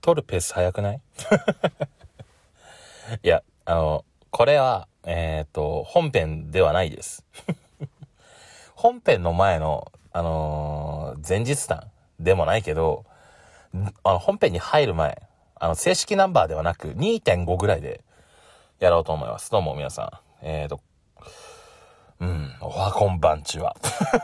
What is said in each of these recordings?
撮るペース早くない？いや、これは、本編ではないです。本編の前の、前日談でもないけど、本編に入る前、正式ナンバーではなく 2.5 ぐらいでやろうと思います。どうも皆さん。おはこんばんちは。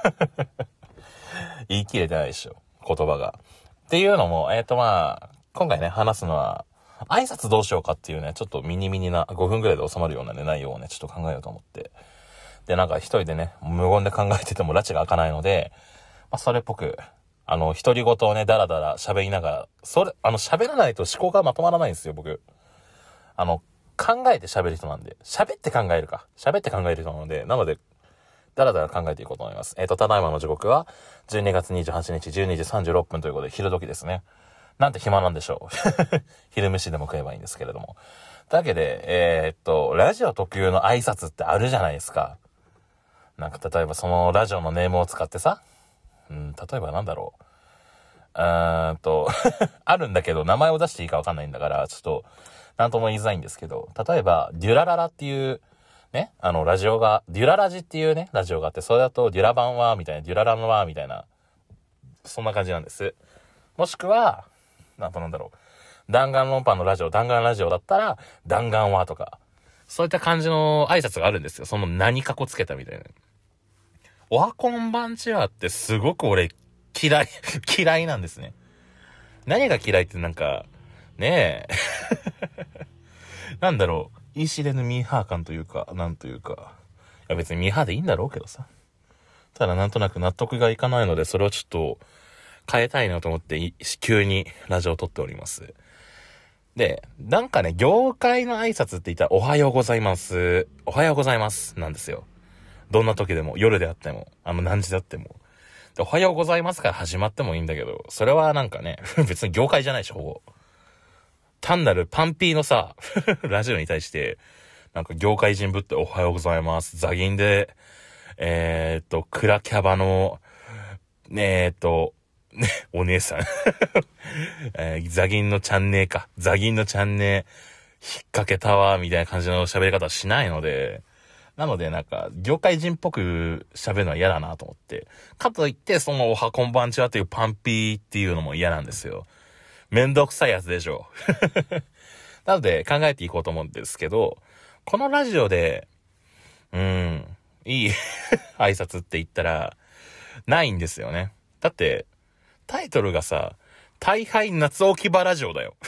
言い切れてないでしょ、言葉が。っていうのも、今回ね、話すのは、挨拶どうしようかっていうね、ちょっとミニな5分ぐらいで収まるようなね、内容をね、ちょっと考えようと思って。で、なんか一人でね、無言で考えてても拉致が開かないので、それっぽく、独り言をね、だらだら喋りながら、喋らないと思考がまとまらないんですよ、僕。考えて喋る人なんで。喋って考える人なので、だらだら考えていこうと思います。ただいまの時刻は、12月28日12時36分ということで、昼時ですね。なんて暇なんでしょう。昼飯でも食えばいいんですけれども。というわけで、ラジオ特有の挨拶ってあるじゃないですか。なんか例えばそのラジオのネームを使ってさ、例えばなんだろう。あるんだけど、名前を出していいかわかんないんだから、ちょっと、なんとも言いづらいんですけど、例えば、デュラララっていう、ね、ラジオが、デュララジっていうね、ラジオがあって、それだと、デュラバンは、みたいな、デュラランは、みたいな、そんな感じなんです。もしくは、なんだろう、弾丸論破のラジオ、弾丸ラジオだったら、弾丸はとか、そういった感じの挨拶があるんですよ。その何かこつけたみたいな。おはこんばんちはってすごく俺、嫌いなんですね。何が嫌いってなんか、ねえ。なんだろう。言い知れぬミーハー感というか、なんというか。いや別にミーハーでいいんだろうけどさ。ただなんとなく納得がいかないので、それをちょっと変えたいなと思って、急にラジオを撮っております。で、なんかね、業界の挨拶って言ったら、おはようございます。おはようございます。なんですよ。どんな時でも、夜であっても、何時であっても。おはようございますから始まってもいいんだけど、それはなんかね、別に業界じゃないし、ほぼ。単なるパンピーのさ、ラジオに対して、なんか業界人ぶっておはようございます。座銀で、クラキャバの、お姉さん、座銀のチャンネルか。座銀のチャンネル、引っ掛けたわ、みたいな感じの喋り方はしないので、なのでなんか、業界人っぽく喋るのは嫌だなと思って。かといって、そのおはこんばんちはというパンピーっていうのも嫌なんですよ。めんどくさいやつでしょ。なので考えていこうと思うんですけど、このラジオで、いい挨拶って言ったら、ないんですよね。だって、タイトルがさ、大敗夏置き場ラジオだよ。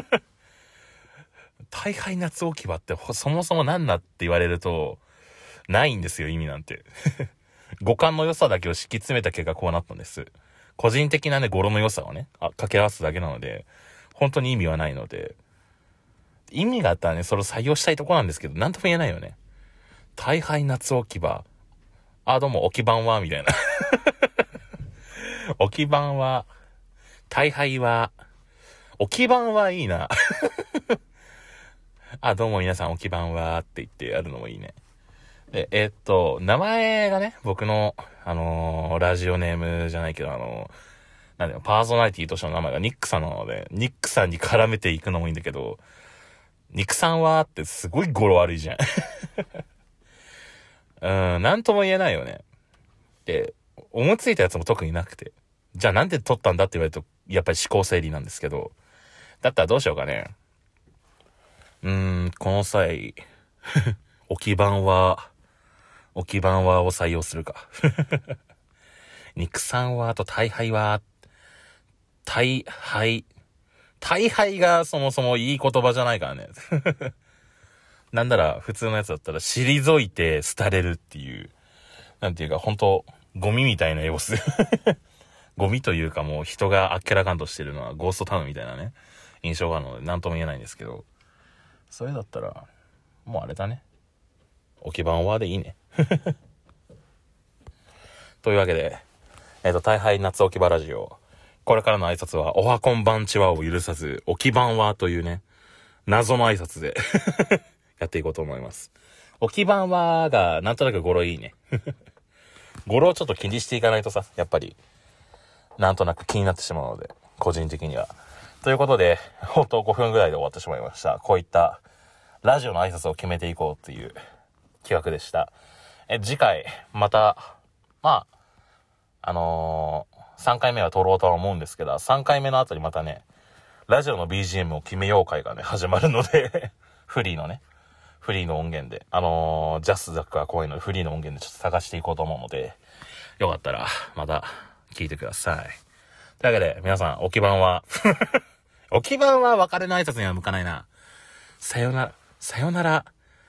大敗夏置き場ってそもそも何だって言われると、ないんですよ、意味なんて。五感の良さだけを敷き詰めた結果こうなったんです。個人的なね、語呂の良さをね、掛け合わすだけなので、本当に意味はないので、意味があったらね、それを採用したいとこなんですけど、なんとも言えないよね。大敗夏置き場。どうも、置き番は、みたいな。置き番は、大敗は、置き番はいいな。どうも皆さん置き番は、って言ってやるのもいいね。で、名前がね、僕の、ラジオネームじゃないけど、なんだよ、パーソナリティとしての名前がニックさんなので、ニックさんに絡めていくのもいいんだけど、ニックさんはってすごい語呂悪いじゃん。なんとも言えないよね。で、思いついたやつも特になくて。じゃあなんで撮ったんだって言われると、やっぱり思考整理なんですけど、だったらどうしようかね。この際、置き番はを採用するか。肉酸はと大敗は、大敗がそもそもいい言葉じゃないからね。なんなら普通のやつだったら退いて廃れるっていう、なんていうか本当ゴミみたいな様子。ゴミというかもう人があっけらかんとしてるのはゴーストタウンみたいなね、印象があるので何とも言えないんですけど、それだったらもうあれだね。置き番はでいいね。というわけで、大敗夏置き場ラジオ。これからの挨拶は、おはこんばんちはを許さず、置き番はというね、謎の挨拶でやっていこうと思います。置き番はが、なんとなく語呂いいね。語呂をちょっと気にしていかないとさ、やっぱり、なんとなく気になってしまうので、個人的には。 ということで、ほんと5分ぐらいで終わってしまいました。こういったラジオの挨拶を決めていこうっていう企画でした。次回、また、まあ、3回目は撮ろうとは思うんですけど、3回目の後にまたね、ラジオの BGM を決めよう会がね、始まるので、フリーの音源で、ジャスザックは公演のフリーの音源でちょっと探していこうと思うので、よかったら、また、聞いてください。というわけで、皆さん、置き番は、置き番は別れの挨拶には向かないな。さよなら、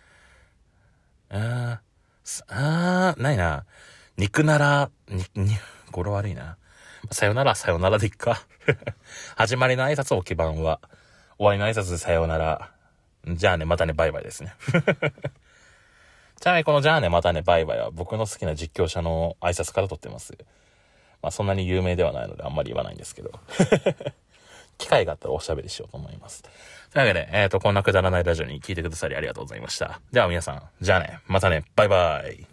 ないな。肉なら、語呂悪いな。さよならでいっか。始まりの挨拶置き番は、終わりの挨拶でさよなら。じゃあね、またね、バイバイですね。ちなみにこのじゃあね、またね、バイバイは僕の好きな実況者の挨拶から撮ってます。まあそんなに有名ではないのであんまり言わないんですけど。機会があったらおしゃべりしようと思います。というわけで、こんなくだらないラジオに聞いてくださりありがとうございました。では皆さん、じゃあね、またね、バイバイ。